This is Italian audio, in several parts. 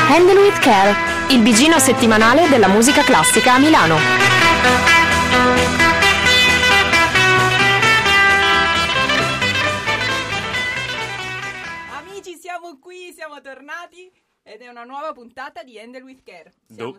Handle with Care, il bigino settimanale della musica classica a Milano. Amici, siamo qui, siamo tornati ed è una nuova puntata di Handle with Care.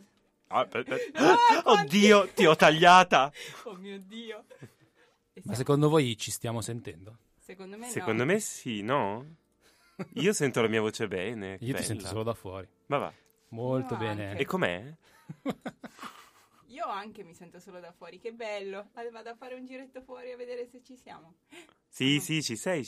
Oddio, ti ho tagliata. Oh mio Dio. Ma secondo voi ci stiamo sentendo? Secondo me Secondo me sì, no? Io sento la mia voce bene. Io ti bella. sento solo da fuori. Ma va. Molto Io bene. anche. E com'è? Io anche mi sento solo da fuori, che bello. Vado a fare un giretto fuori a vedere se ci siamo. Sì, sì, ci sei.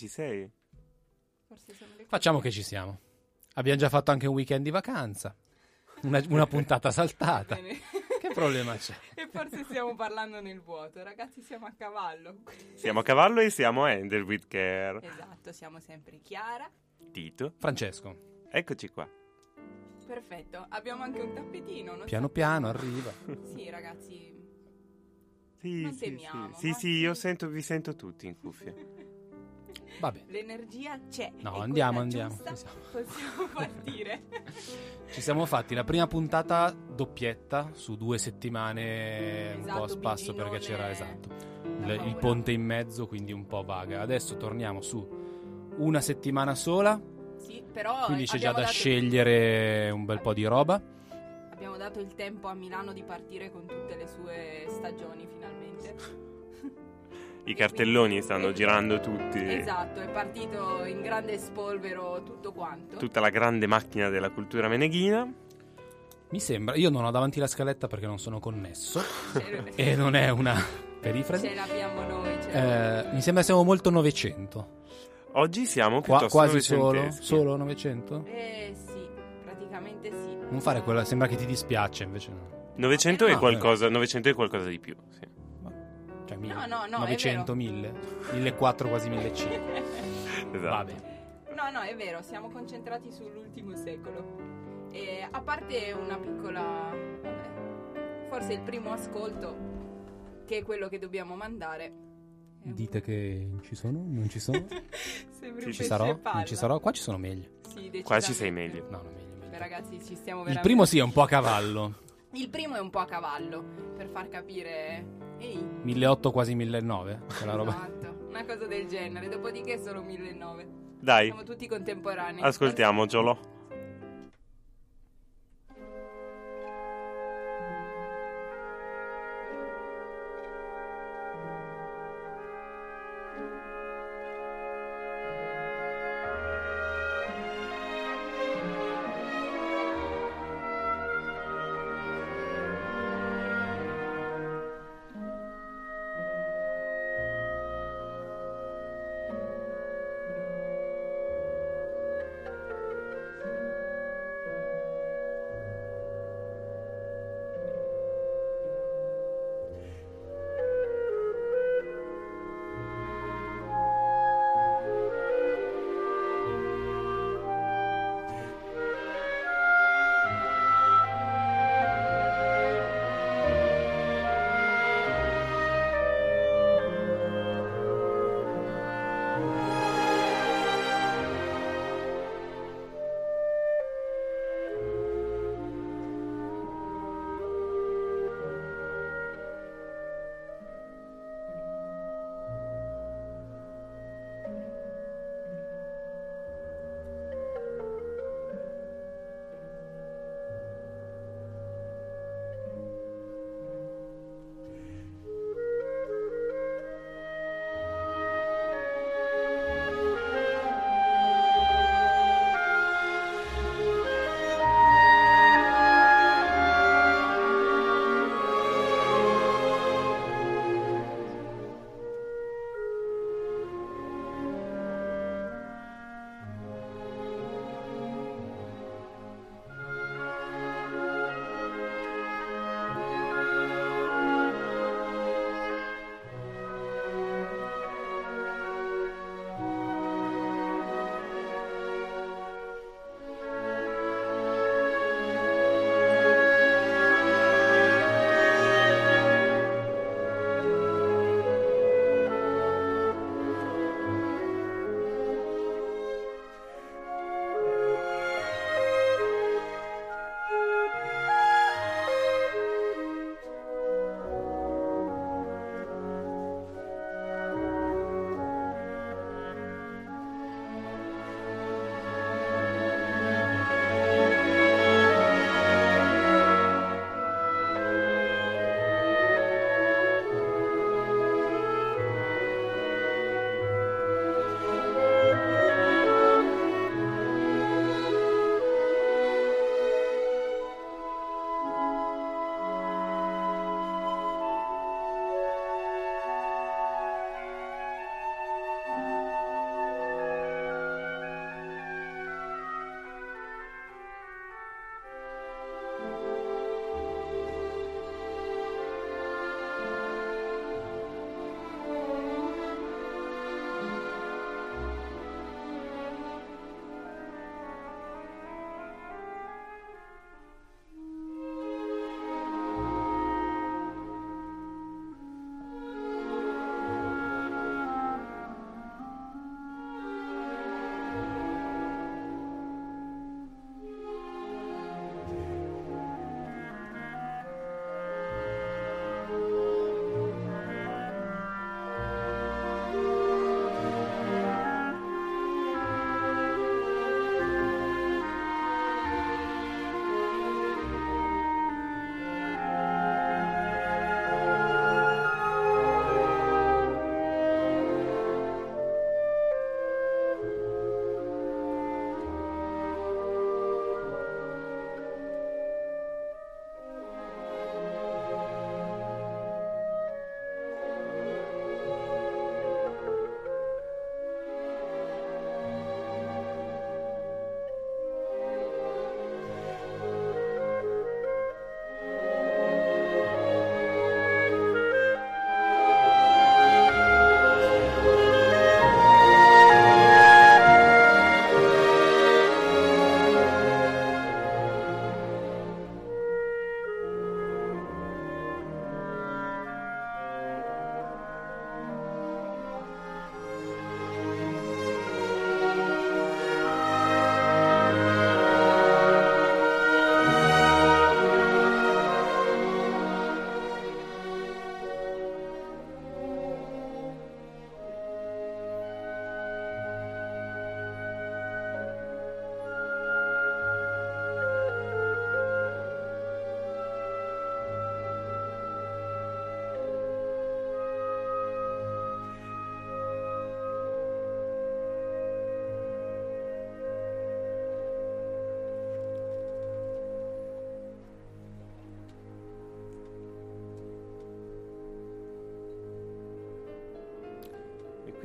Forse sono le Facciamo che ci siamo. Abbiamo già fatto anche un weekend di vacanza. Una puntata saltata. Bene. Che problema c'è? E forse stiamo parlando nel vuoto. Ragazzi, siamo a cavallo. Siamo a cavallo e siamo a Handle with Care. Esatto, siamo sempre Chiara. Tito, Francesco, eccoci qua. Perfetto, abbiamo anche un tappetino. Non piano piano arriva. Sì, ragazzi. Sì, Non sì, temiamo, sì. ma Sì, io vi sento tutti in cuffia. Vabbè, L'energia c'è. No, e andiamo, quella andiamo. giusta Possiamo partire. ci siamo fatti la prima puntata doppietta su 2 settimane, un po' a Esatto, spasso biginone perché c'era esatto da il paura. ponte in mezzo, quindi un po' vaga. Adesso torniamo su una settimana sola, Sì, però quindi c'è già abbiamo da dato- scegliere un bel po' di roba. Abbiamo dato il tempo a Milano di partire con tutte le sue stagioni finalmente. I cartelloni stanno girando tutti. Esatto, è partito in grande spolvero tutto quanto. Tutta la grande macchina della cultura meneghina. Mi sembra, io non ho davanti la scaletta perché non sono connesso Ce- e non è una perifrasi. Ce l'abbiamo noi. ce l'abbiamo. Mi sembra siamo molto Novecento. Oggi siamo Qua, piuttosto quasi solo novecenteschi. Novecento? Sì, praticamente sì. Non fare quella, sembra che ti dispiace, invece no. Novecento è No, qualcosa, Novecento è qualcosa di più. Sì. Cioè, No, 900, 1000, 1400, quasi 1500. Esatto. Vabbè. No, è vero, siamo concentrati sull'ultimo secolo. E a parte una piccola... vabbè, forse il primo ascolto, che è quello che dobbiamo mandare. Dite che ci sono? Non ci sono? Sembri Ci un Ci pesce sarò? palla. Non ci sarò? Qua ci sono meglio. Sì, Qua ci sei decisamente. meglio. No, meglio. Beh, ragazzi, ci stiamo Il veramente... primo sì, è un po' a cavallo. Il primo è un po' a cavallo, per far capire... Ehi, 1800 quasi 1900, quella roba. esatto, una cosa del genere. Dopodiché solo 1900. Dai, Siamo tutti contemporanei. ascoltiamocelo.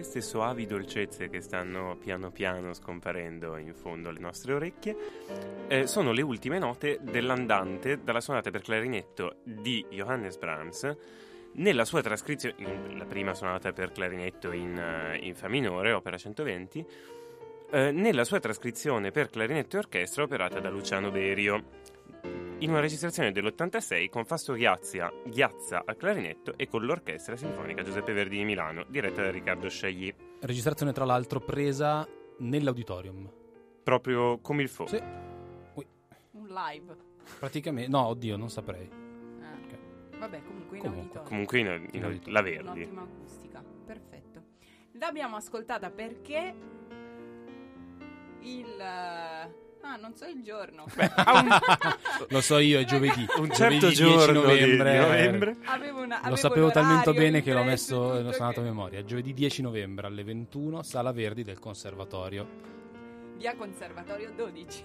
queste soavi dolcezze che stanno piano piano scomparendo in fondo alle nostre orecchie sono le ultime note dell'andante dalla sonata per clarinetto di Johannes Brahms nella sua trascrizione, la prima sonata per clarinetto in Fa minore, opera 120, nella sua trascrizione per clarinetto e orchestra operata da Luciano Berio, in una registrazione dell'86 con Fausto Ghiazza al clarinetto e con l'Orchestra Sinfonica Giuseppe Verdi di Milano, diretta da Riccardo Sciagli. Registrazione tra l'altro presa nell'auditorium. Proprio come il Sì. Un live. Praticamente, no, oddio, non saprei. Vabbè, comunque in auditorio. Comunque in auditorio. La Verdi. Un'ottima acustica, perfetto. L'abbiamo ascoltata perché non so il giorno. Lo so io, è giovedì. Un certo Giovedì 10 giorno novembre. di novembre. Lo sapevo talmente bene che l'ho messo suonato a memoria. Giovedì 10 novembre alle 21, Sala Verdi del Conservatorio. Via Conservatorio 12.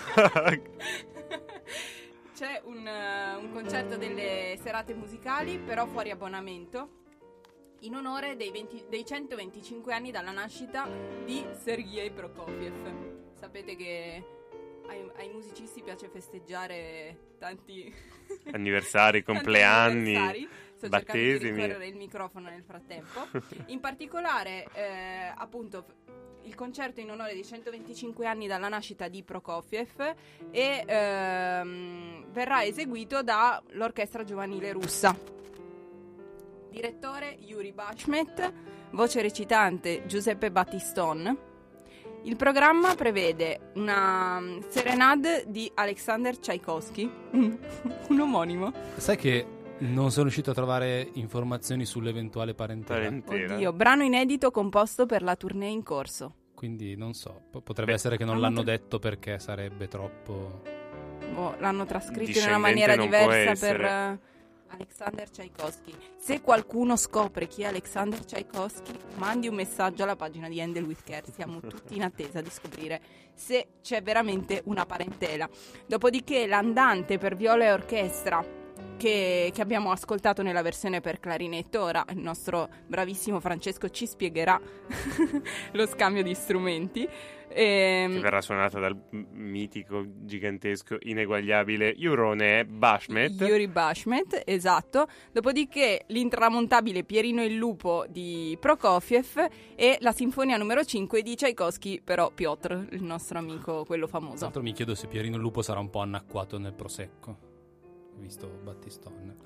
C'è un concerto delle serate musicali, però fuori abbonamento, in onore dei 125 anni dalla nascita di Sergei Prokofiev. Sapete che ai musicisti piace festeggiare tanti anniversari, compleanni, Sto battesimi. cercando di ricorrere il microfono nel frattempo. In particolare, appunto, il concerto in onore dei 125 anni dalla nascita di Prokofiev e verrà eseguito dall'Orchestra Giovanile Russa. Direttore Yuri Bashmet, voce recitante Giuseppe Battiston. Il programma prevede una serenade di Alexander Tchaikovsky, un omonimo. Sai che non sono riuscito a trovare informazioni sull'eventuale parentela. Oddio, brano inedito composto per la tournée in corso. Quindi non so, potrebbe essere che non l'hanno detto perché sarebbe troppo... l'hanno trascritto in una maniera diversa per Alexander Tchaikovsky. Se qualcuno scopre chi è Alexander Tchaikovsky, mandi un messaggio alla pagina di Handel with Care. Siamo tutti in attesa di scoprire se c'è veramente una parentela. Dopodiché l'andante per viola e orchestra che abbiamo ascoltato nella versione per clarinetto, ora il nostro bravissimo Francesco ci spiegherà lo scambio di strumenti. Che verrà suonata dal mitico, gigantesco, ineguagliabile Yuri Bashmet, esatto. Dopodiché l'intramontabile Pierino il Lupo di Prokofiev e la sinfonia numero 5 di Tchaikovsky, però Piotr, il nostro amico, quello famoso. Tra l'altro mi chiedo se Pierino il Lupo sarà un po' annacquato nel prosecco, visto Battiston.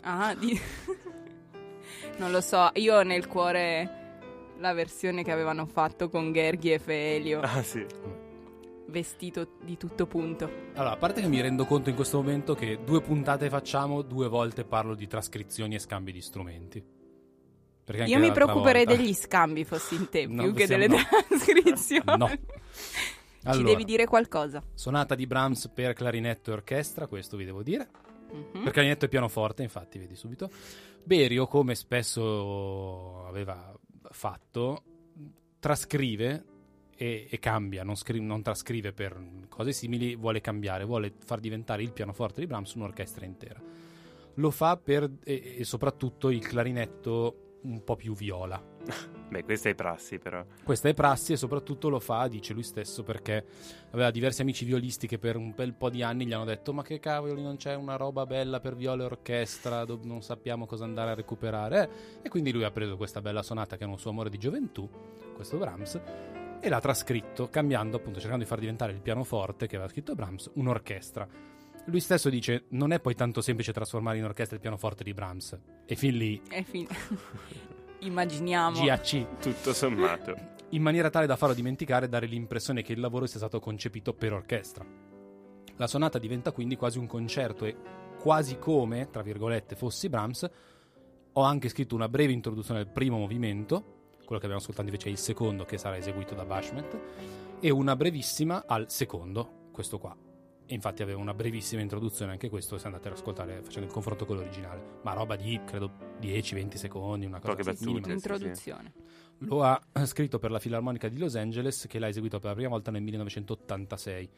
Non lo so, io ho nel cuore la versione che avevano fatto con Gergiev e Elio. Sì. Vestito di tutto punto. Allora, a parte che mi rendo conto in questo momento che 2 puntate facciamo, 2 volte parlo di trascrizioni e scambi di strumenti. Perché anche io mi preoccuperei volta... degli scambi fossi in te, No, più che delle trascrizioni. No. Allora, ci devi dire qualcosa. Sonata di Brahms per clarinetto e orchestra, questo vi devo dire. Per clarinetto e pianoforte, infatti, vedi subito. Berio, come spesso aveva fatto, trascrive e cambia, non trascrive per cose simili, vuole cambiare, vuole far diventare il pianoforte di Brahms un'orchestra intera. Lo fa per e soprattutto il clarinetto un po' più viola. Beh, questa è prassi, però. Questa è prassi e soprattutto lo fa, dice lui stesso, perché aveva diversi amici violisti che per un bel po' di anni gli hanno detto: ma che cavoli, non c'è una roba bella per viola e orchestra, non sappiamo cosa andare a recuperare. E quindi lui ha preso questa bella sonata che era un suo amore di gioventù, questo Brahms, e l'ha trascritto, cambiando, appunto, cercando di far diventare il pianoforte che aveva scritto Brahms un'orchestra. Lui stesso dice: non è poi tanto semplice trasformare in orchestra il pianoforte di Brahms. E fin lì immaginiamo GAC, tutto sommato, in maniera tale da farlo dimenticare e dare l'impressione che il lavoro sia stato concepito per orchestra. La sonata diventa quindi quasi un concerto e quasi come, tra virgolette, fossi Brahms, ho anche scritto una breve introduzione al primo movimento, quello che abbiamo ascoltato invece è il secondo, che sarà eseguito da Bashmet, e una brevissima al secondo, questo qua. E infatti aveva una brevissima introduzione anche questo, se andate ad ascoltare facendo il confronto con l'originale, ma roba di credo 10-20 secondi, una cosa poche battute, minima. Introduzione. Lo ha scritto per la Filarmonica di Los Angeles, che l'ha eseguito per la prima volta nel 1986.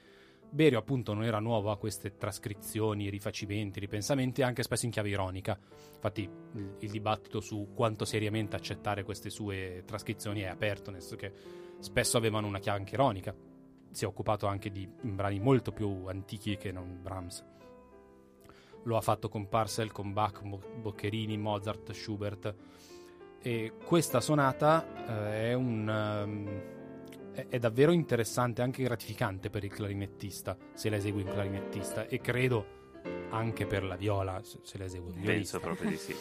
Berio appunto non era nuovo a queste trascrizioni, rifacimenti, ripensamenti, anche spesso in chiave ironica. Infatti il dibattito su quanto seriamente accettare queste sue trascrizioni è aperto, nel senso che spesso avevano una chiave anche ironica. Si è occupato anche di brani molto più antichi che non Brahms. Lo ha fatto con Purcell, con Bach, Boccherini, Mozart, Schubert. E questa sonata è davvero interessante, anche gratificante per il clarinettista, se la esegue un clarinettista, e credo anche per la viola, se la esegue un violista. Penso proprio di sì.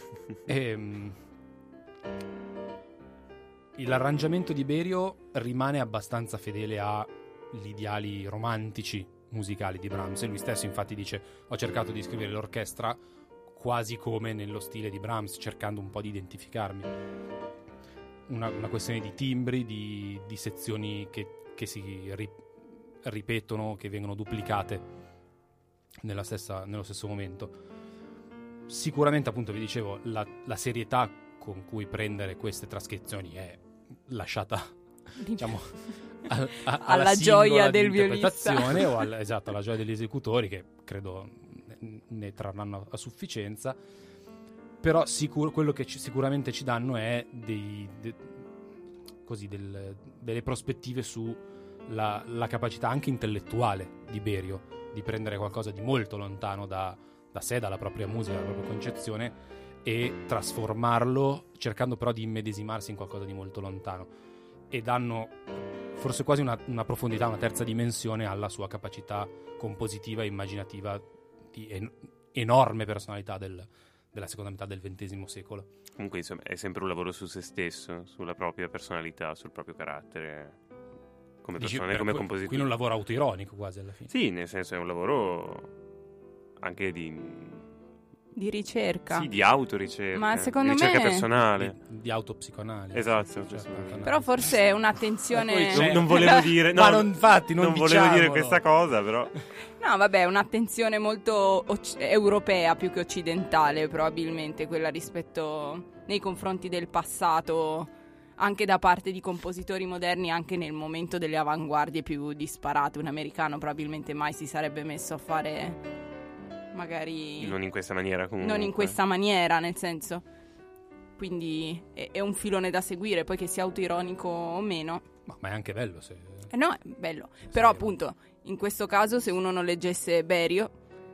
L'arrangiamento di Berio rimane abbastanza fedele agli ideali romantici musicali di Brahms, e lui stesso infatti dice: ho cercato di scrivere l'orchestra quasi come nello stile di Brahms, cercando un po' di identificarmi. Una questione di timbri, di sezioni che si ripetono, che vengono duplicate nello stesso momento. Sicuramente, appunto, vi dicevo, la serietà con cui prendere queste trascrizioni è lasciata, diciamo, alla gioia del violista o alla gioia degli esecutori, che credo ne trarranno a sufficienza. Però quello che sicuramente ci danno è delle prospettive su la capacità anche intellettuale di Berio di prendere qualcosa di molto lontano da sé, dalla propria musica, dalla propria concezione, e trasformarlo, cercando però di immedesimarsi in qualcosa di molto lontano, e danno forse quasi una profondità, una terza dimensione alla sua capacità compositiva e immaginativa di enorme personalità della seconda metà del XX secolo. Comunque, insomma, è sempre un lavoro su se stesso, sulla propria personalità, sul proprio carattere, come persona e come compositore. Quindi un lavoro autoironico quasi alla fine. Sì, nel senso è un lavoro anche di ricerca. Sì, di autoricerca. Ma secondo di ricerca me personale. Di autopsicoanalisi. Esatto. Però forse è un'attenzione... Non volevo dire... No, ma infatti non volevo dire questa cosa, però... No, vabbè, un'attenzione molto europea più che occidentale, probabilmente, quella rispetto nei confronti del passato, anche da parte di compositori moderni, anche nel momento delle avanguardie più disparate. Un americano probabilmente mai si sarebbe messo a fare, magari... Non in questa maniera, comunque. Non in questa maniera, nel senso. Quindi è un filone da seguire, poi che sia autoironico o meno. Ma è anche bello se... No, è bello. Però appunto, in questo caso, se uno non leggesse Berio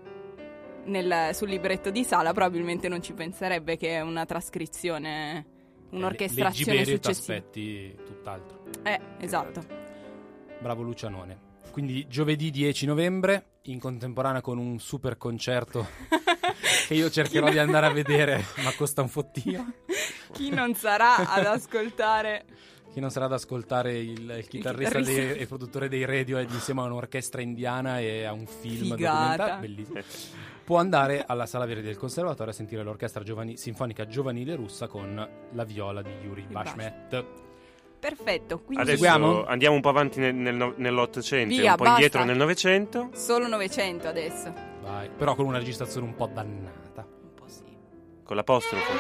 sul libretto di Sala, probabilmente non ci penserebbe che è una trascrizione, un'orchestrazione successiva. Leggi Berio, ti aspetti tutt'altro. Esatto. Bravo Lucianone. Quindi giovedì 10 novembre, in contemporanea con un super concerto che io cercherò di andare a vedere, ma costa un fottino. Chi non sarà ad ascoltare... Chi non sarà ad ascoltare il chitarrista e produttore dei Radiohead insieme a un'orchestra indiana e a un film documentario bellissimo, può andare alla Sala Verdi del Conservatorio a sentire l'orchestra sinfonica giovanile russa con la viola di Yuri Bashmet. Perfetto, quindi adesso andiamo un po' avanti nell'Ottocento e un po' indietro nel Novecento. Solo Novecento adesso. Vai, però con una registrazione un po' dannata. Un po' sì. Con l'apostrofo.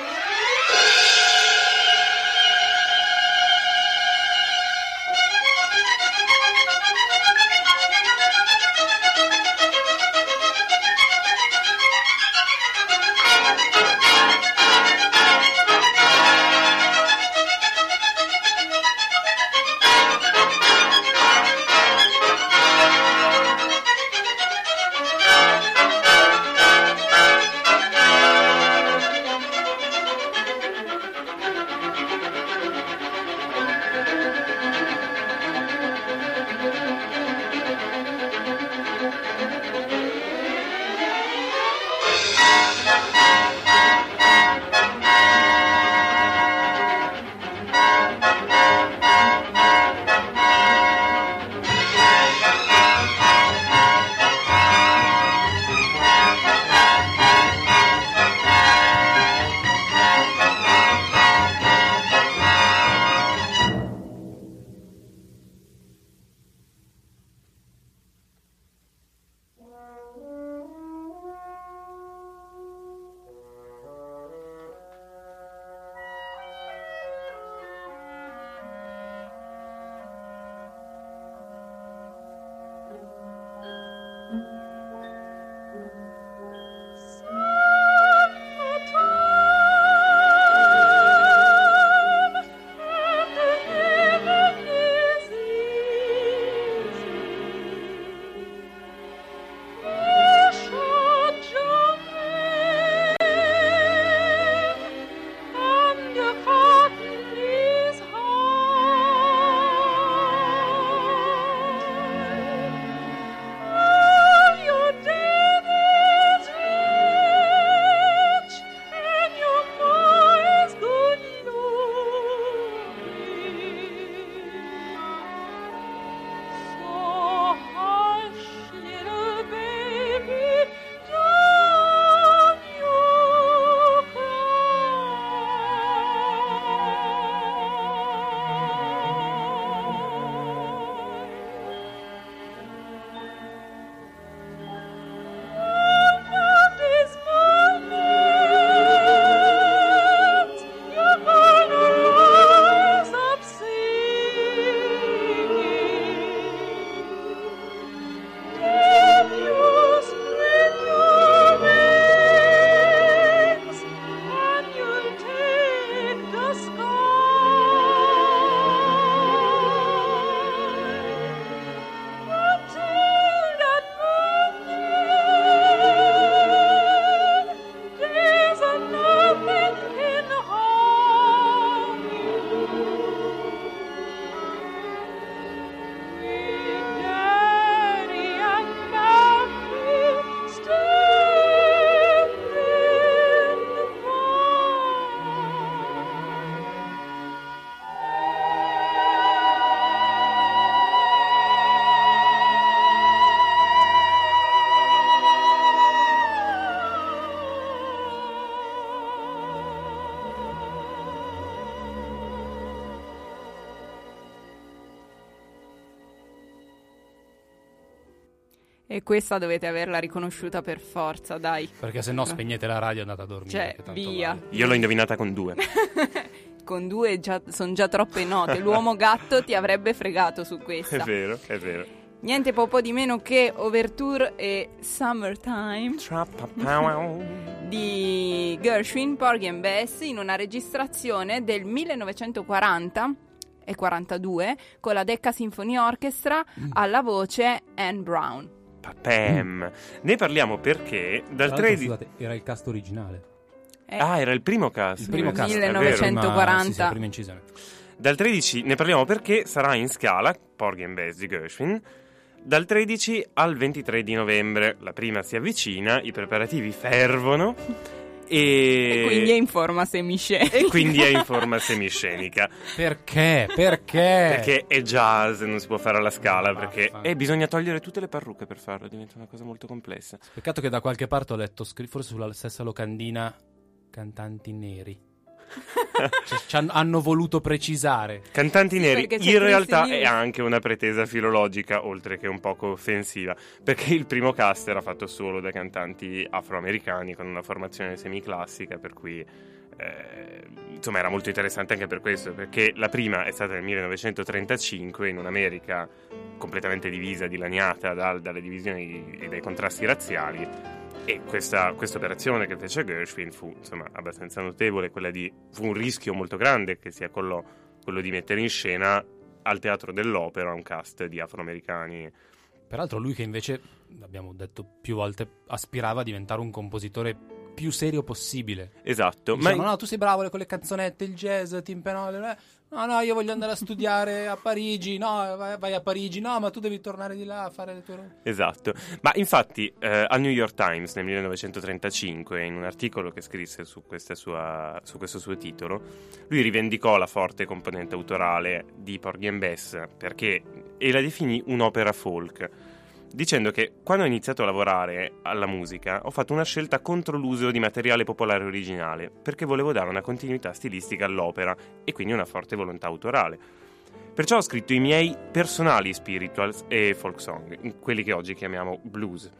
E questa dovete averla riconosciuta per forza, dai. Perché se no spegnete la radio e andate a dormire. Cioè, che tanto via. vale. Io l'ho indovinata con 2. Con 2 sono già troppe note. L'uomo gatto ti avrebbe fregato su È questa. vero, è vero. Niente po' di meno che Overture e Summertime di Gershwin, Porgy and Bess, in una registrazione del 1940 e 42 con la Decca Symphony Orchestra, alla voce Anne Brown. Papem. Ne parliamo perché dal Tra l'altro, 13... scusate, era il cast originale. Ah, era il primo cast. Il primo cast. 1940. La prima incisione. Dal 13 ne parliamo perché sarà in scala, Porgy and Bess di Gershwin, dal 13 al 23 di novembre. La prima si avvicina, i preparativi fervono E quindi è in forma semiscenica. E quindi è in forma semiscenica. Perché? Perché è jazz, non si può fare alla scala, perché Vaffanculo. bisogna togliere tutte le parrucche per farlo, diventa una cosa molto complessa. Peccato che da qualche parte ho letto, forse sulla stessa locandina, cantanti neri. Hanno voluto precisare. Cantanti Sì, neri, perché c'è in realtà Christy è Lewis. anche una pretesa filologica, oltre che un poco offensiva, perché il primo cast era fatto solo da cantanti afroamericani con una formazione semiclassica, per cui insomma era molto interessante anche per questo, perché la prima è stata nel 1935 in un'America completamente divisa, dilaniata dalle divisioni e dai contrasti razziali. E questa operazione che fece Gershwin fu insomma abbastanza notevole, fu un rischio molto grande che sia quello di mettere in scena al Teatro dell'Opera un cast di afroamericani. Peraltro lui che invece, abbiamo detto più volte, aspirava a diventare un compositore più serio possibile. Esatto. Dicevano, no, tu sei bravo con le canzonette, il jazz, timpanole, no, io voglio andare a studiare a Parigi, no, vai a Parigi, no, ma tu devi tornare di là a fare le tue robe. Esatto, ma infatti al New York Times nel 1935, in un articolo che scrisse su questo suo titolo, lui rivendicò la forte componente autorale di Porgy and Bess e la definì un'opera folk, dicendo che quando ho iniziato a lavorare alla musica ho fatto una scelta contro l'uso di materiale popolare originale, perché volevo dare una continuità stilistica all'opera e quindi una forte volontà autorale. Perciò ho scritto i miei personali spirituals e folk song, quelli che oggi chiamiamo blues.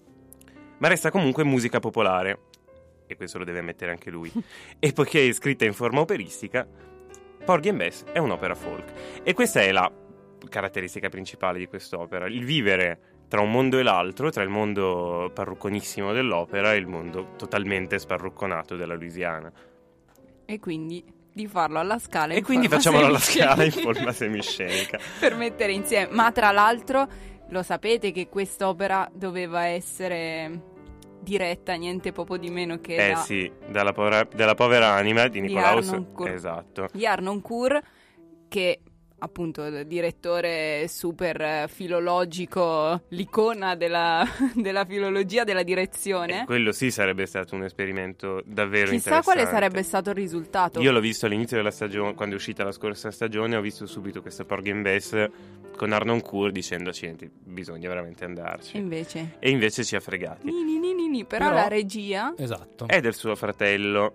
Ma resta comunque musica popolare, e questo lo deve ammettere anche lui. E poiché è scritta in forma operistica, Porgy and Bess è un'opera folk. E questa è la caratteristica principale di quest'opera, il vivere tra un mondo e l'altro, tra il mondo parrucconissimo dell'opera e il mondo totalmente sparrucconato della Louisiana. E quindi di farlo alla scala. E quindi facciamolo alla scala in forma semiscenica. Per mettere insieme. Ma tra l'altro, lo sapete che quest'opera doveva essere diretta niente poco di meno che della povera anima di Nicolaus. Harnoncourt. Esatto. Di Harnoncourt, che appunto il direttore super filologico, l'icona della filologia, della direzione. Quello sì sarebbe stato un esperimento davvero Chissà interessante. quale sarebbe stato il risultato. Io l'ho visto all'inizio della stagione, quando è uscita la scorsa stagione, ho visto subito questo Porgy and Bess con Harnoncourt dicendo accidenti, bisogna veramente andarci. E invece ci ha fregati. Però la regia è del suo fratello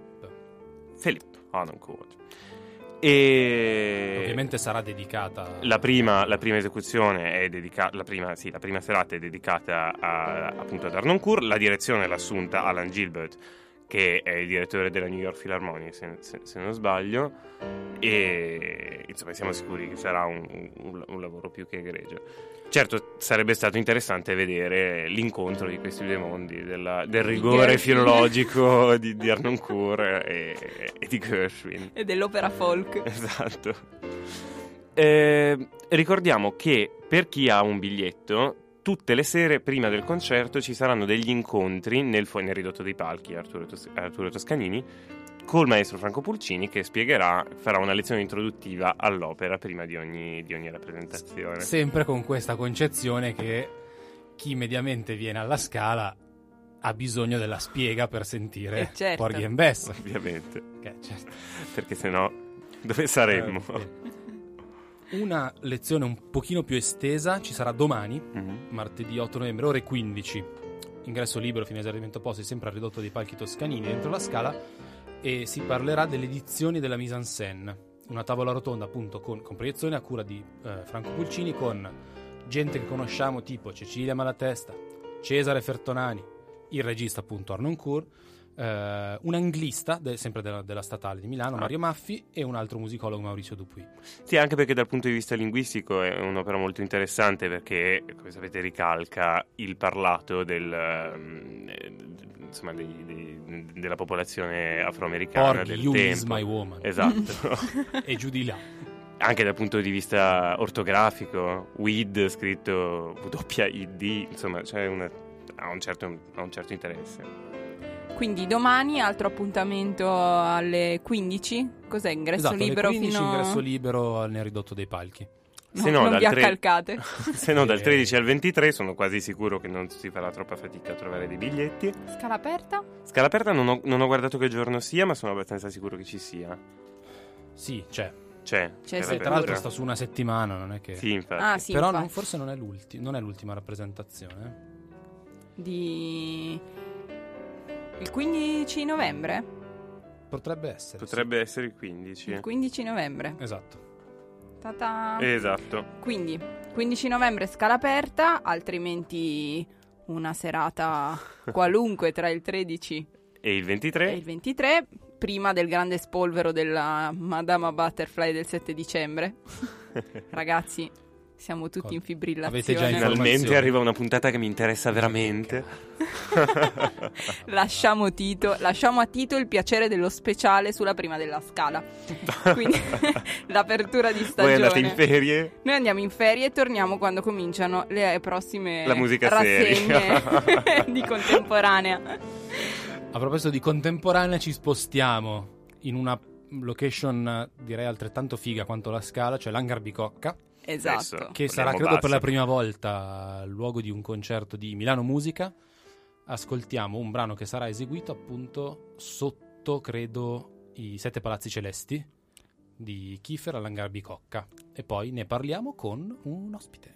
Philip Harnoncourt. E ovviamente sarà dedicata la prima esecuzione è dedicata, la prima serata è dedicata appunto ad Harnoncourt. La direzione l'ha assunta Alan Gilbert, che è il direttore della New York Philharmonic, se non sbaglio, e insomma siamo sicuri che sarà un lavoro più che egregio. Certo, sarebbe stato interessante vedere l'incontro di questi due mondi, del rigore filologico di Harnoncourt e di Gershwin. E dell'opera folk. Esatto. Ricordiamo che per chi ha un biglietto, tutte le sere prima del concerto ci saranno degli incontri nel ridotto dei palchi Arturo Toscanini col maestro Franco Pulcini, che farà una lezione introduttiva all'opera prima di ogni rappresentazione. Sempre con questa concezione che chi mediamente viene alla Scala ha bisogno della spiega per sentire certo. Porgy and Bess. Ovviamente. Certo. Perché sennò dove saremmo? Una lezione un pochino più estesa ci sarà domani, martedì 8 novembre, ore 15. Ingresso libero fino a esaurimento posti, sempre al ridotto dei palchi Toscanini dentro la Scala, e si parlerà delle edizioni della mise en scène, una tavola rotonda appunto con proiezione a cura di Franco Pulcini, con gente che conosciamo tipo Cecilia Malatesta, Cesare Fertonani, il regista appunto Arnoncourt, un anglista sempre della Statale di Milano, Mario Maffi, e un altro musicologo, Maurizio Dupuy. Sì, anche perché dal punto di vista linguistico è un'opera molto interessante, perché, come sapete, ricalca il parlato insomma, della popolazione afroamericana Porgy, del You is tempo. my woman. Esatto. E giù di là. Anche dal punto di vista ortografico, Weed scritto WID, insomma, ha un certo interesse. Quindi domani altro appuntamento alle 15. Cos'è? Ingresso Esatto, libero alle 15 fino ingresso libero nel ridotto dei palchi. No, Se no, non dal vi tre- accalcate. Se no, dal 13 al 23 sono quasi sicuro che non si farà troppa fatica a trovare dei biglietti. Scala aperta? Scala aperta non ho guardato che giorno sia, ma sono abbastanza sicuro che ci sia. Sì, c'è. C'è C'è Scala sicuro. Tra l'altro aperta. sta su una settimana, non è che... Sì, infatti. Ah, sì, Però infatti. forse non è l'ultima rappresentazione. Di il 15 novembre? Potrebbe essere. Potrebbe essere il 15. Il 15 novembre. Sì. Esatto. Ta-ta. Esatto. Quindi 15 novembre scala aperta, altrimenti una serata qualunque tra il 13 E il e 23? il 23, prima del grande spolvero della Madama Butterfly del 7 dicembre. Ragazzi, siamo tutti in fibrillazione. Avete già Finalmente informazioni. arriva una puntata che mi interessa veramente. Lasciamo a Tito il piacere dello speciale sulla prima della scala. Quindi l'apertura di Voi stagione. andate in ferie? Noi andiamo in ferie e torniamo quando cominciano le prossime La musica rassegne seria. di contemporanea. A proposito di contemporanea, ci spostiamo in una location direi altrettanto figa quanto la Scala, cioè l'Hangar Bicocca, Esatto. Adesso. che sarà Vogliamo credo per la basso. prima volta luogo di un concerto di Milano Musica. Ascoltiamo un brano che sarà eseguito appunto sotto, credo, i Sette Palazzi Celesti di Kiefer all'Hangar Bicocca, e poi ne parliamo con un ospite.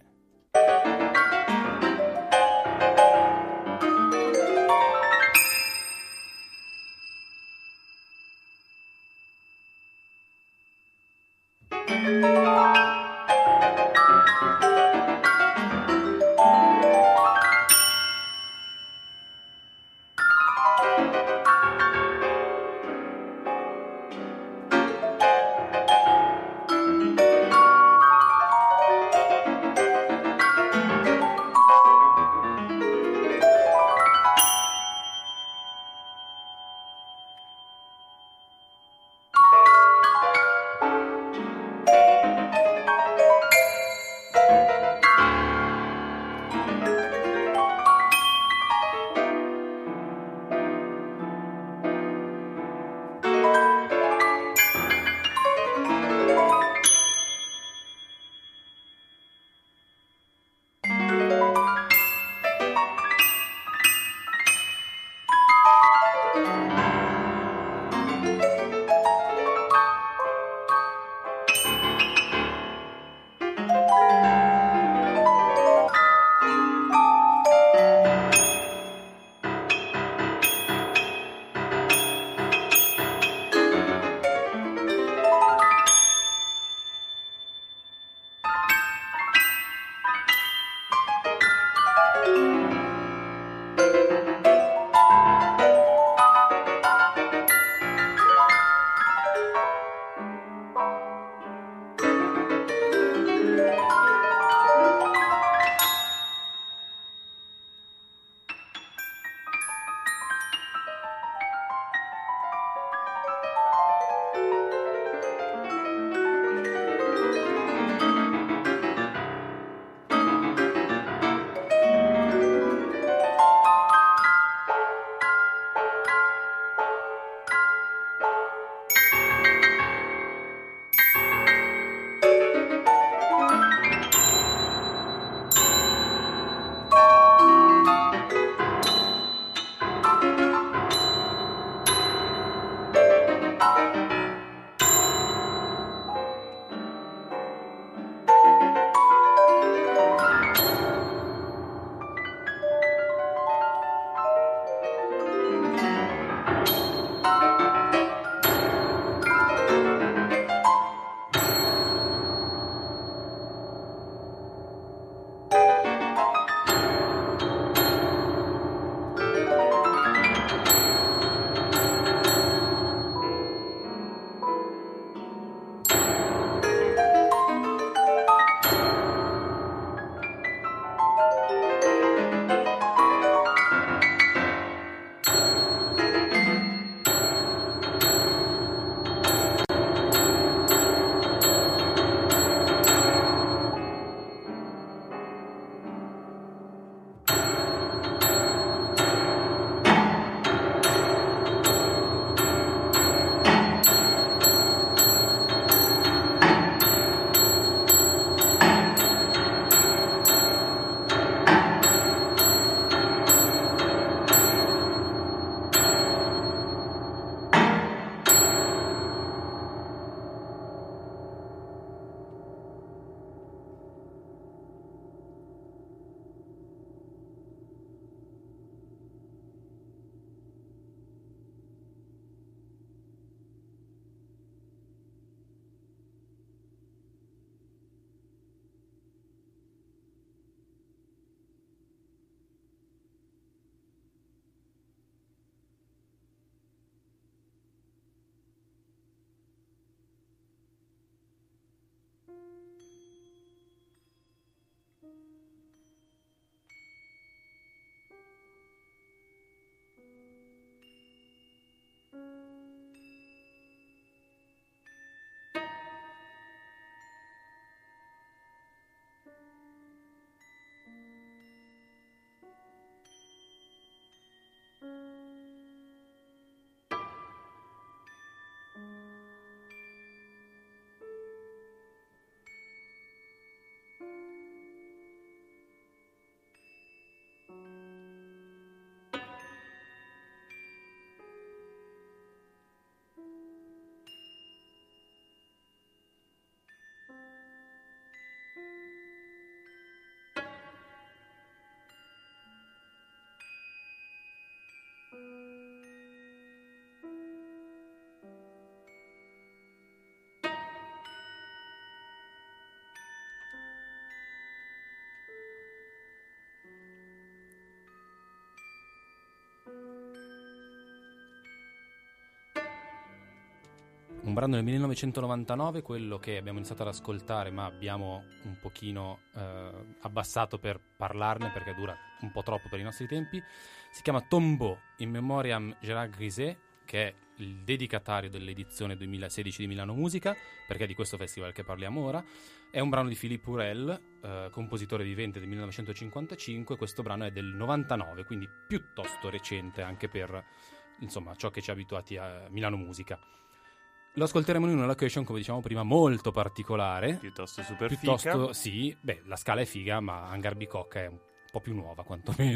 un brano del 1999, quello che abbiamo iniziato ad ascoltare ma abbiamo un pochino abbassato per parlarne perché dura un po' troppo per i nostri tempi. Si chiama Tombeau in memoriam Gérard Griset, che è il dedicatario dell'edizione 2016 di Milano Musica, perché è di questo festival che parliamo ora. È un brano di Philippe Hurel, compositore vivente del 1955. Questo brano è del 99, quindi piuttosto recente anche per, insomma, ciò che ci ha abituati a Milano Musica. Lo ascolteremo in una location, come diciamo prima, molto particolare. Piuttosto super Piuttosto, figa. sì. Beh, la scala è figa, ma Hangar Bicocca è un po' più nuova, quantomeno.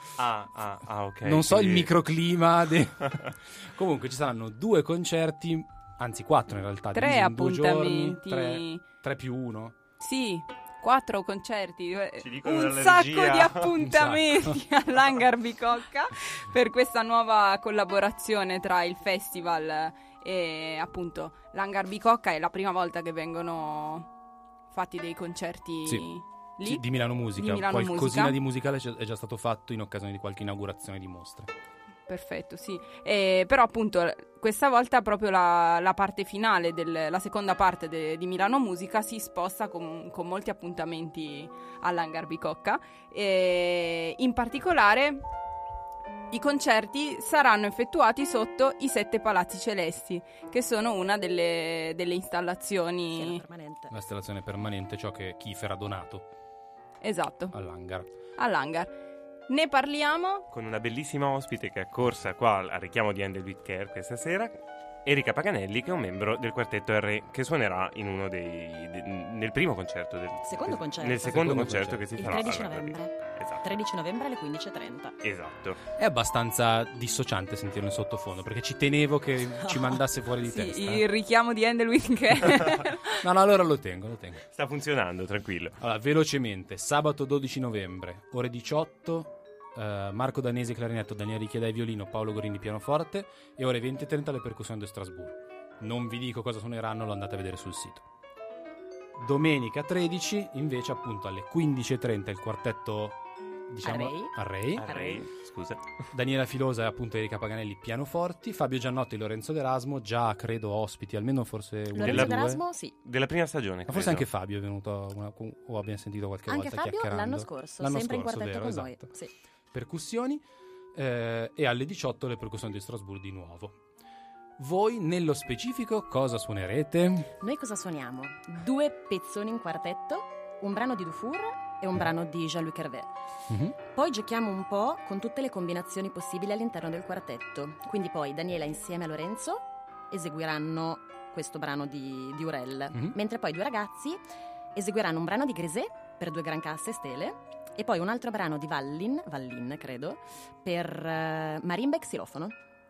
Ok. Non so il quindi- microclima. Comunque ci saranno 2 concerti, anzi 4 in realtà. 3 divisi in 2 giorni, appuntamenti. 3 più 1. Sì, 4 concerti, Ci dicono un dalla sacco regia. di appuntamenti all'Hangar Bicocca per questa nuova collaborazione tra il festival e appunto l'Hangar Bicocca. È la prima volta che vengono fatti dei concerti Sì. lì. Sì, di Milano Musica. Di Milano Qualcosina Musica. di musicale è già stato fatto in occasione di qualche inaugurazione di mostre. Perfetto, sì. Però appunto questa volta proprio la parte finale, la seconda parte di Milano Musica si sposta con molti appuntamenti all'Hangar Bicocca. In particolare i concerti saranno effettuati sotto i 7 Palazzi Celesti, che sono una delle installazioni. permanente. L'installazione permanente, ciò che Kiefer ha donato Esatto, all'hangar. all'Hangar. Ne parliamo. Con una bellissima ospite che è accorsa qua al richiamo di Handel with Care questa sera, Erika Paganelli, che è un membro del quartetto R, che suonerà in uno nel primo concerto Secondo concerto. nel secondo Secondo concerto concerto. che si Il farà 13 all'Hangar novembre. Bicocca. Esatto. 13 novembre alle 15:30. Esatto. È abbastanza dissociante sentirlo in sottofondo, perché ci tenevo che ci mandasse fuori di Sì, testa. il richiamo di Handel with Care. No, allora lo tengo. Sta funzionando, tranquillo. Allora, velocemente, sabato 12 novembre, ore 18, Marco Danesi clarinetto, Daniele Richiedai violino, Paolo Gorini pianoforte, e ore 20:30 le percussioni di Strasburgo. Non vi dico cosa suoneranno, lo andate a vedere sul sito. Domenica 13, invece, appunto alle 15:30 il quartetto, diciamo, Array. Array, scusa. Daniela Filosa e appunto Erika Paganelli pianoforti, Fabio Giannotti e Lorenzo D'Erasmo, già credo ospiti, almeno forse uno Lorenzo dei due. D'Erasmo, sì. Della prima stagione, Ma forse credo. anche Fabio è venuto o abbiamo sentito qualche Anche volta Fabio chiacchierando. l'anno scorso, L'anno sempre in scorso, quartetto vero, con noi. esatto. Sì. Percussioni, e alle 18 le percussioni di Strasburgo di nuovo. Voi nello specifico cosa suonerete? Noi cosa suoniamo? 2 pezzoni in quartetto, un brano di Dufour e un brano di Jean-Luc Hervé. Poi giochiamo un po' con tutte le combinazioni possibili all'interno del quartetto. Quindi poi Daniela insieme a Lorenzo eseguiranno questo brano di Hurel, mentre poi 2 ragazzi eseguiranno un brano di Griset per 2 gran casse stele e poi un altro brano di Vallin credo, per marimba e xilofono.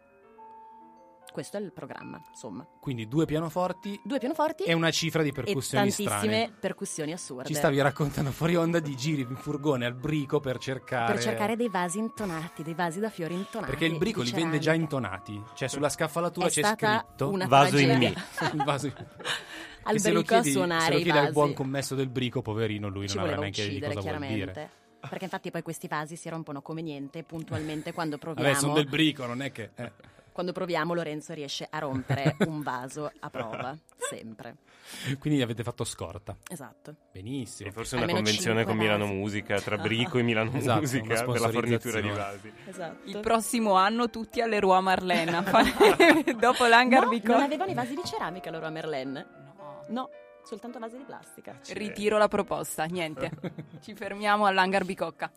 Questo è il programma, insomma. Quindi 2 pianoforti 2 pianoforti e una cifra di e percussioni tantissime strane. percussioni assurde. Ci stavi raccontando fuori onda di giri in furgone al brico per cercare dei vasi intonati, dei vasi da fiori intonati. Perché il brico di li vende già ceramica. intonati. Cioè sulla scaffalatura È c'è stata scritto una Vaso in tragedia. mi. il vaso. Al Che se lo brico a chiedi, suonare se lo i chiedi al vasi. buon commesso del brico, poverino, lui Ci non avrà voleva neanche idea di uccidere, cosa vuol dire. chiaramente. Perché infatti poi questi vasi si rompono come niente puntualmente quando proviamo. Vabbè, sono del brico, non è che... Quando proviamo Lorenzo riesce a rompere un vaso a prova, sempre. Quindi avete fatto scorta. Esatto. Benissimo. E forse una Almeno convenzione 5 con Milano vasi. Musica, tra Brico e Milano Esatto, Musica, una per la fornitura di sponsorizzazione. vasi. Esatto. Il prossimo anno tutti alle Roi Marlène a fare- dopo l'Hangar No, Bicocca. non avevano i vasi di ceramica loro a Merlin. No. No, soltanto vasi di plastica. Ritiro la proposta, niente. Ci fermiamo all'Hangar Bicocca.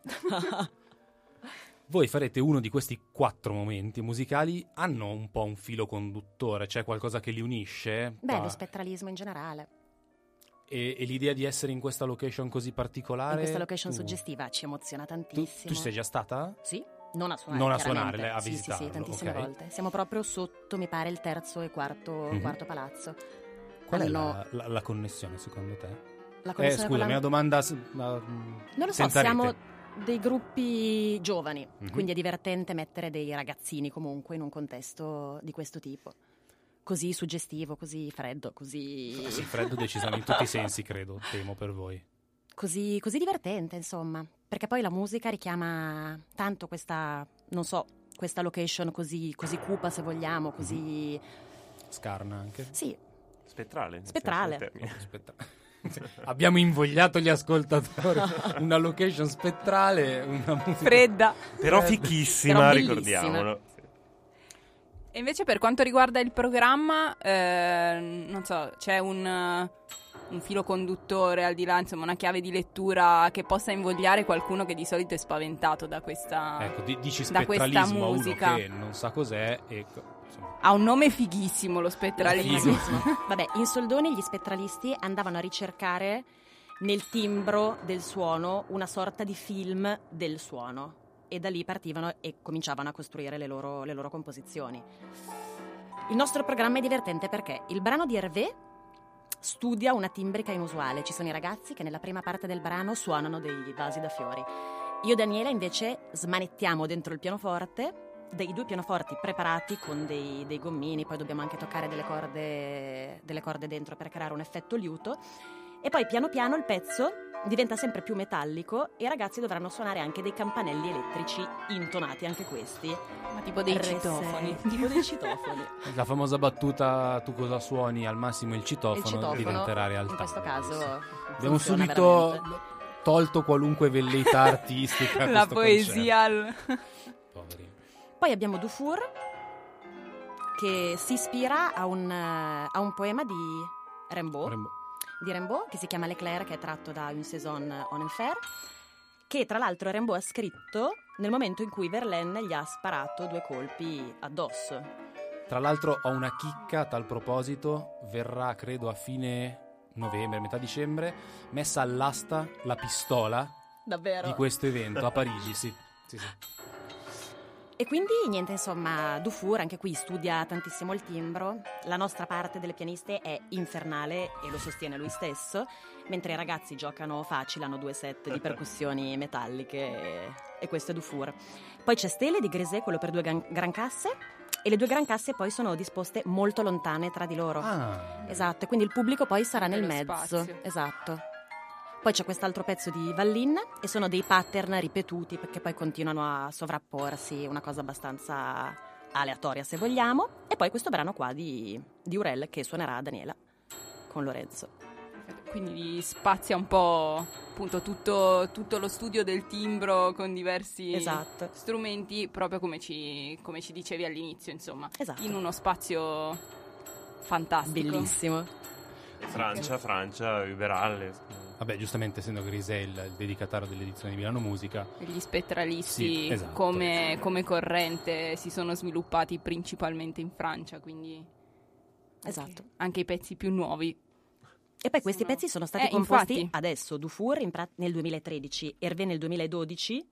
Voi farete uno di questi 4 momenti musicali, hanno un po' un filo conduttore, c'è qualcosa che li unisce? Beh, lo spettralismo in generale. E l'idea di essere in questa location così particolare? In questa location tu- suggestiva ci emoziona Tu tantissimo. ci sei già stata? Sì, non a suonare. Non a suonare, chiaramente. a Sì, visitarlo, sì, tantissime ok. volte. Siamo proprio sotto, mi pare, il terzo e quarto palazzo. Qual è Hanno- la connessione secondo te? la connessione con Scusami, la- una domanda Non lo so, senza siamo rete. dei gruppi giovani, Mhm. quindi è divertente mettere dei ragazzini comunque in un contesto di questo tipo. Così suggestivo, così freddo, Sì, freddo decisamente in tutti i sensi, credo, temo per voi. così divertente, insomma. Perché poi la musica richiama tanto questa, non so, questa location così cupa, se vogliamo, così... Scarna anche. Sì, Spettrale. nel Spettrale. senso del termine. Abbiamo invogliato gli ascoltatori. Una location spettrale, una musica Fredda. Però Fredda. fichissima, Però bellissima. ricordiamolo. Sì. E invece per quanto riguarda il programma, non so, c'è un filo conduttore al di là, insomma, una chiave di lettura che possa invogliare qualcuno che di solito è spaventato da questa, Ecco, dici da questa spettralismo a uno musica. che non sa cos'è e insomma, Ha un nome fighissimo lo spettralismo. Vabbè, in soldoni gli spettralisti andavano a ricercare nel timbro del suono una sorta di film del suono e da lì partivano e cominciavano a costruire le loro composizioni. Il nostro programma è divertente perché il brano di Hervé studia una timbrica inusuale. Ci sono i ragazzi che nella prima parte del brano suonano dei vasi da fiori. Io e Daniela invece smanettiamo dentro il pianoforte, dei 2 pianoforti preparati con dei gommini, poi dobbiamo anche toccare delle corde dentro per creare un effetto liuto, e poi piano piano il pezzo diventa sempre più metallico e i ragazzi dovranno suonare anche dei campanelli elettrici intonati, anche questi. Ma tipo dei RS, citofoni. Tipo dei citofoni. la famosa battuta tu cosa suoni, al massimo il citofono, Il citofono, diventerà realtà. in questo caso Abbiamo funziona subito veramente. tolto qualunque velleità artistica a La questo poesia. concerto. Poveri. Poi abbiamo Dufour che si ispira a un poema di Rimbaud, che si chiama L'Éclair, che è tratto da Une saison en enfer, che tra l'altro Rimbaud ha scritto nel momento in cui Verlaine gli ha sparato 2 colpi addosso. Tra l'altro ho una chicca a tal proposito, verrà credo a fine novembre, metà dicembre, messa all'asta la pistola Davvero? di questo evento a Parigi, sì. E quindi niente, insomma, Dufour anche qui studia tantissimo il timbro. La nostra parte delle pianiste è infernale e lo sostiene lui stesso, mentre i ragazzi giocano facile, hanno 2 set di percussioni metalliche e questo è Dufour. Poi c'è Stele di Grisé, quello per 2 gran casse, e le 2 gran casse poi sono disposte molto lontane tra di loro. Esatto, e quindi il pubblico poi sarà nel Nello mezzo. spazio. Esatto. Poi c'è quest'altro pezzo di Vallin e sono dei pattern ripetuti perché poi continuano a sovrapporsi, una cosa abbastanza aleatoria se vogliamo. E poi questo brano qua di Urel che suonerà Daniela con Lorenzo. Quindi spazia un po' appunto tutto lo studio del timbro con diversi Esatto. strumenti, proprio come ci dicevi all'inizio, insomma. Esatto. In uno spazio fantastico. Bellissimo. Francia, Uberale. Vabbè, giustamente essendo Grisè il dedicatario dell'edizione di Milano Musica. Gli spettralisti Sì, esatto. come corrente si sono sviluppati principalmente in Francia, quindi Esatto. anche i pezzi più nuovi. E poi questi pezzi sono stati composti infatti. adesso, Dufour nel 2013, Hervé nel 2012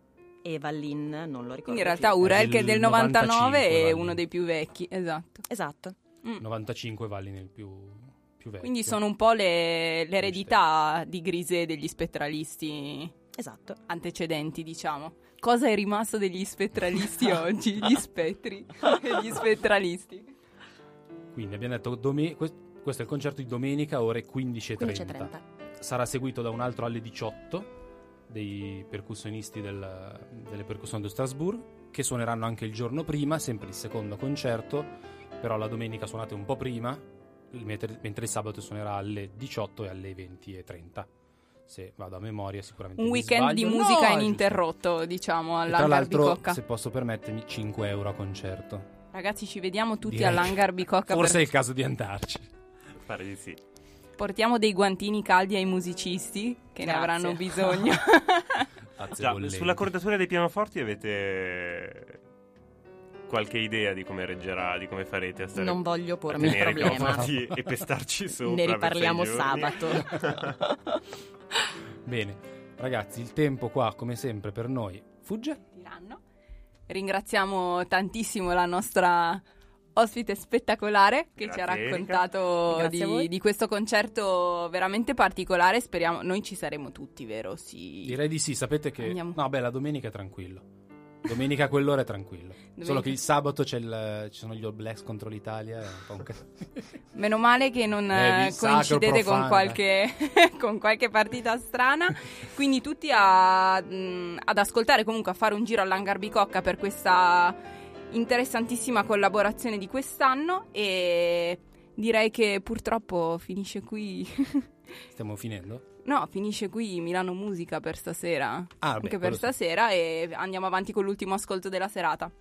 e Vallin non lo ricordo. Quindi in realtà più. Urel, che è del 99, 95 è Vallin. uno dei più vecchi, esatto. Esatto. 95 Valli nel più vecchio. Quindi sono un po' l'eredità di Grisé degli spettralisti Esatto. antecedenti, diciamo. Cosa è rimasto degli spettralisti oggi? Gli spettri e gli spettralisti. Quindi abbiamo detto questo è il concerto di domenica, ore 15:30. 15:30. Sarà seguito da un altro alle 18 dei percussionisti delle percussioni di Strasbourg, che suoneranno anche il giorno prima, sempre il secondo concerto, però la domenica suonate un po' prima, mentre il sabato suonerà alle 18 e alle 20:30. Se vado a memoria sicuramente Un mi weekend sbaglio. di No, musica è ininterrotto, diciamo, giusto. E tra all'Hangar l'altro, Bicocca. se posso permettermi, 5 euro a concerto. Ragazzi, ci vediamo tutti Direi all'Hangar Bicocca. Forse è il caso di andarci. Pare di sì. Portiamo dei guantini caldi ai musicisti che ne Grazie. avranno bisogno. Tazze Già, bollenti. sulla cordatura dei pianoforti avete qualche idea di come reggerà, di come farete a stare Non voglio a pormi il tenere i problema. pianoforti e pestarci sopra Ne per riparliamo 6 giorni? sabato. Bene, ragazzi, il tempo qua, come sempre, per noi fugge. Diranno. Ringraziamo tantissimo la nostra ospite spettacolare che ci ha Grazie, Erika. raccontato Grazie a voi. di questo concerto veramente particolare. Speriamo, noi ci saremo tutti, vero? Sì. Direi di sì, sapete che... Andiamo. No, beh, la domenica è tranquillo. Domenica a quell'ora è tranquillo. Solo che il sabato ci sono gli All Blacks contro l'Italia. È un po' un Meno male che non sacro, coincidete con profana. con qualche partita strana. Quindi tutti ad ascoltare, comunque a fare un giro all'Hangar Bicocca per questa interessantissima collaborazione di quest'anno e direi che purtroppo finisce qui. Stiamo finendo? No, finisce qui Milano Musica per stasera. Anche per sì. stasera e andiamo avanti con l'ultimo ascolto della serata.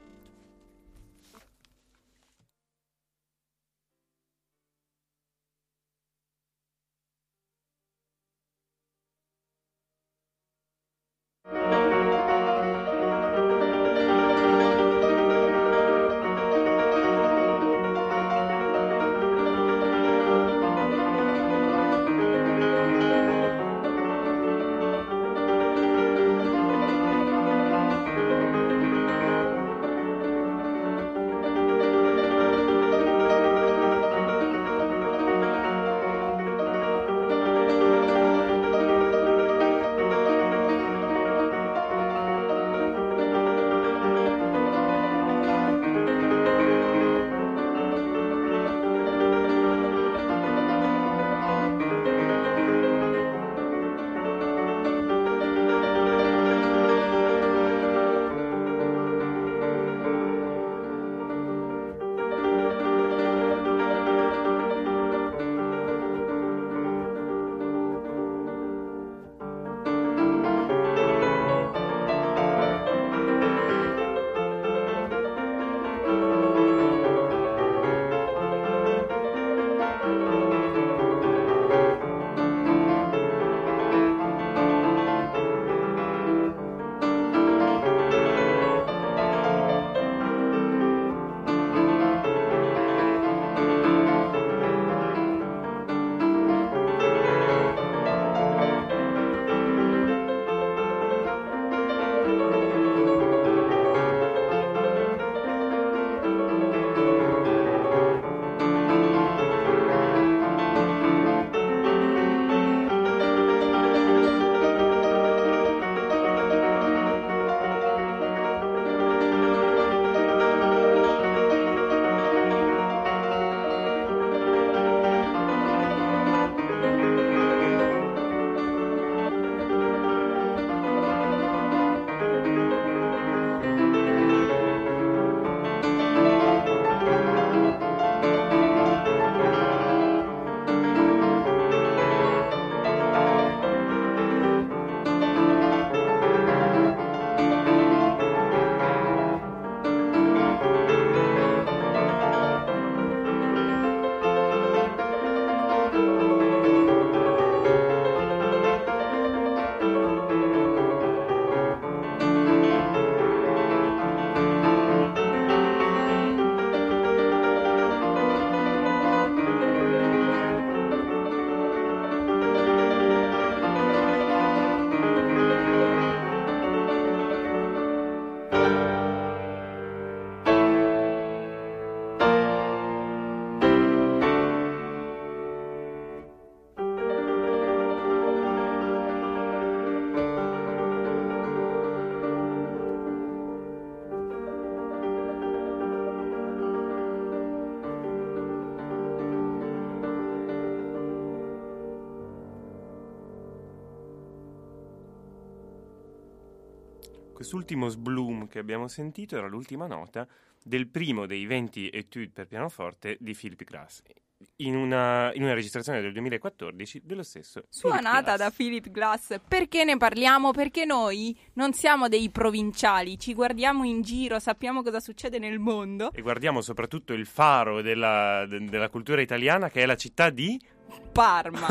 Quest'ultimo sbloom che abbiamo sentito era l'ultima nota del primo dei 20 études per pianoforte di Philip Glass, in una registrazione del 2014 dello stesso suonata da Philip Glass. Perché ne parliamo? Perché noi non siamo dei provinciali, ci guardiamo in giro, sappiamo cosa succede nel mondo e guardiamo soprattutto il faro della cultura italiana, che è la città di Parma.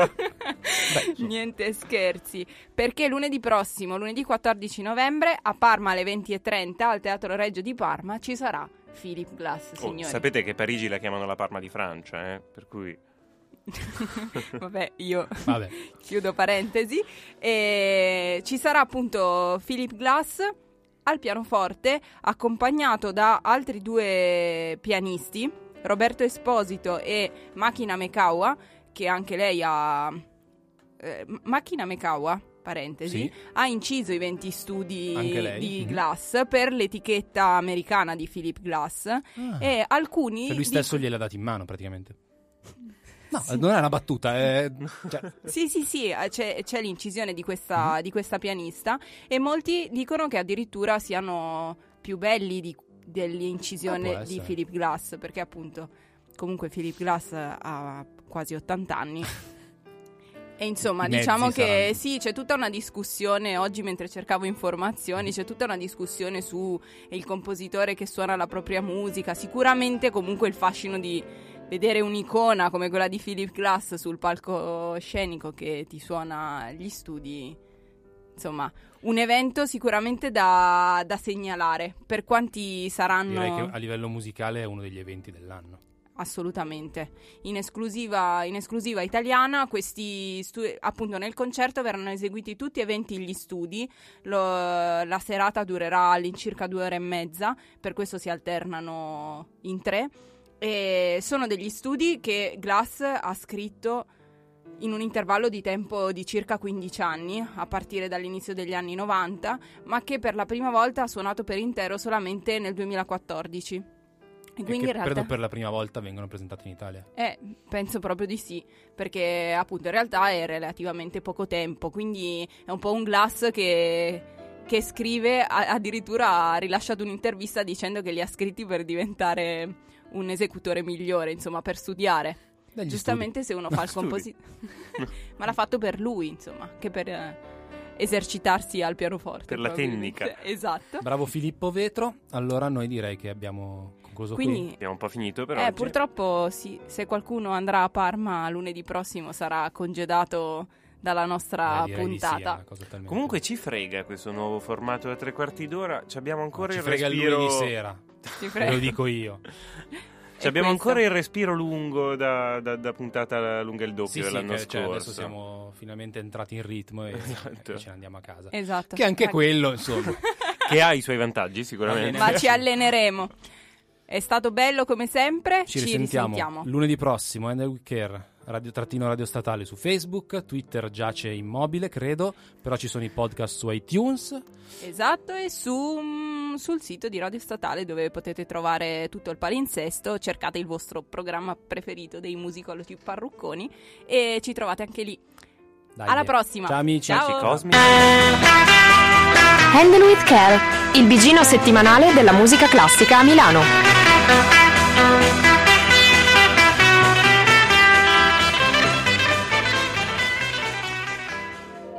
Niente scherzi, perché lunedì prossimo, lunedì 14 novembre, a Parma alle 20:30 al Teatro Regio di Parma ci sarà Philip Glass, signori. Sapete che Parigi la chiamano la Parma di Francia, per cui Vabbè, chiudo parentesi. E ci sarà appunto Philip Glass al pianoforte, accompagnato da altri due pianisti, Roberto Esposito e Makina Mekawa, che anche lei ha Makina Mekawa, parentesi, sì, ha inciso i 20 studi di Glass per l'etichetta americana di Philip Glass, e alcuni lui stesso gliel'ha dati in mano praticamente. No, non è una battuta, cioè... Sì, c'è l'incisione di questa pianista, e molti dicono che addirittura siano più belli dell'incisione di Philip Glass, perché appunto comunque Philip Glass ha quasi 80 anni. E insomma, diciamo che sì, c'è tutta una discussione oggi mentre cercavo informazioni, c'è tutta una discussione su il compositore che suona la propria musica. Sicuramente comunque il fascino di vedere un'icona come quella di Philip Glass sul palcoscenico che ti suona gli studi, insomma, un evento sicuramente da segnalare. Per quanti saranno... Direi che a livello musicale è uno degli eventi dell'anno. Assolutamente, in esclusiva italiana. Questi appunto nel concerto verranno eseguiti tutti eventi gli studi. La serata durerà all'incirca 2 ore e mezza, per questo si alternano in 3, e sono degli studi che Glass ha scritto in un intervallo di tempo di circa 15 anni, a partire dall'inizio degli anni 90, ma che per la prima volta ha suonato per intero solamente nel 2014. E quindi che in realtà, credo per la prima volta vengono presentati in Italia. Penso proprio di sì, perché appunto in realtà è relativamente poco tempo, quindi è un po' un Glass che scrive, addirittura ha rilasciato un'intervista dicendo che li ha scritti per diventare un esecutore migliore, insomma, per studiare. Degli Giustamente studi. Se uno fa il compositore ma l'ha fatto per lui, insomma, che per esercitarsi al pianoforte, per la tecnica. Esatto. Bravo Filippo Vetro. Allora noi direi che abbiamo concluso qui. Abbiamo un po' finito per oggi. Purtroppo sì, se qualcuno andrà a Parma lunedì prossimo sarà congedato dalla nostra puntata. Sì, comunque ci frega questo nuovo formato da 3/4 d'ora. Ci abbiamo ancora il frega respiro. Il lunedì sera. Ve lo dico io. Abbiamo ancora il respiro lungo da puntata lunga il doppio dell'anno scorso. Adesso siamo finalmente entrati in ritmo e ce ne andiamo a casa. Esatto. Che anche quello, insomma, che ha i suoi vantaggi sicuramente. Ma ci alleneremo. È stato bello come sempre. Ci risentiamo lunedì prossimo. And We Care, radio statale su Facebook. Twitter giace immobile, credo, però ci sono i podcast su iTunes. Esatto, e sul sito di Radio Statale, dove potete trovare tutto il palinsesto. Cercate il vostro programma preferito dei musicologi parrucconi e ci trovate anche lì. Alla prossima. Ciao amici. Ciao. Cosmici. Handle with Care, il bigino settimanale della musica classica a Milano.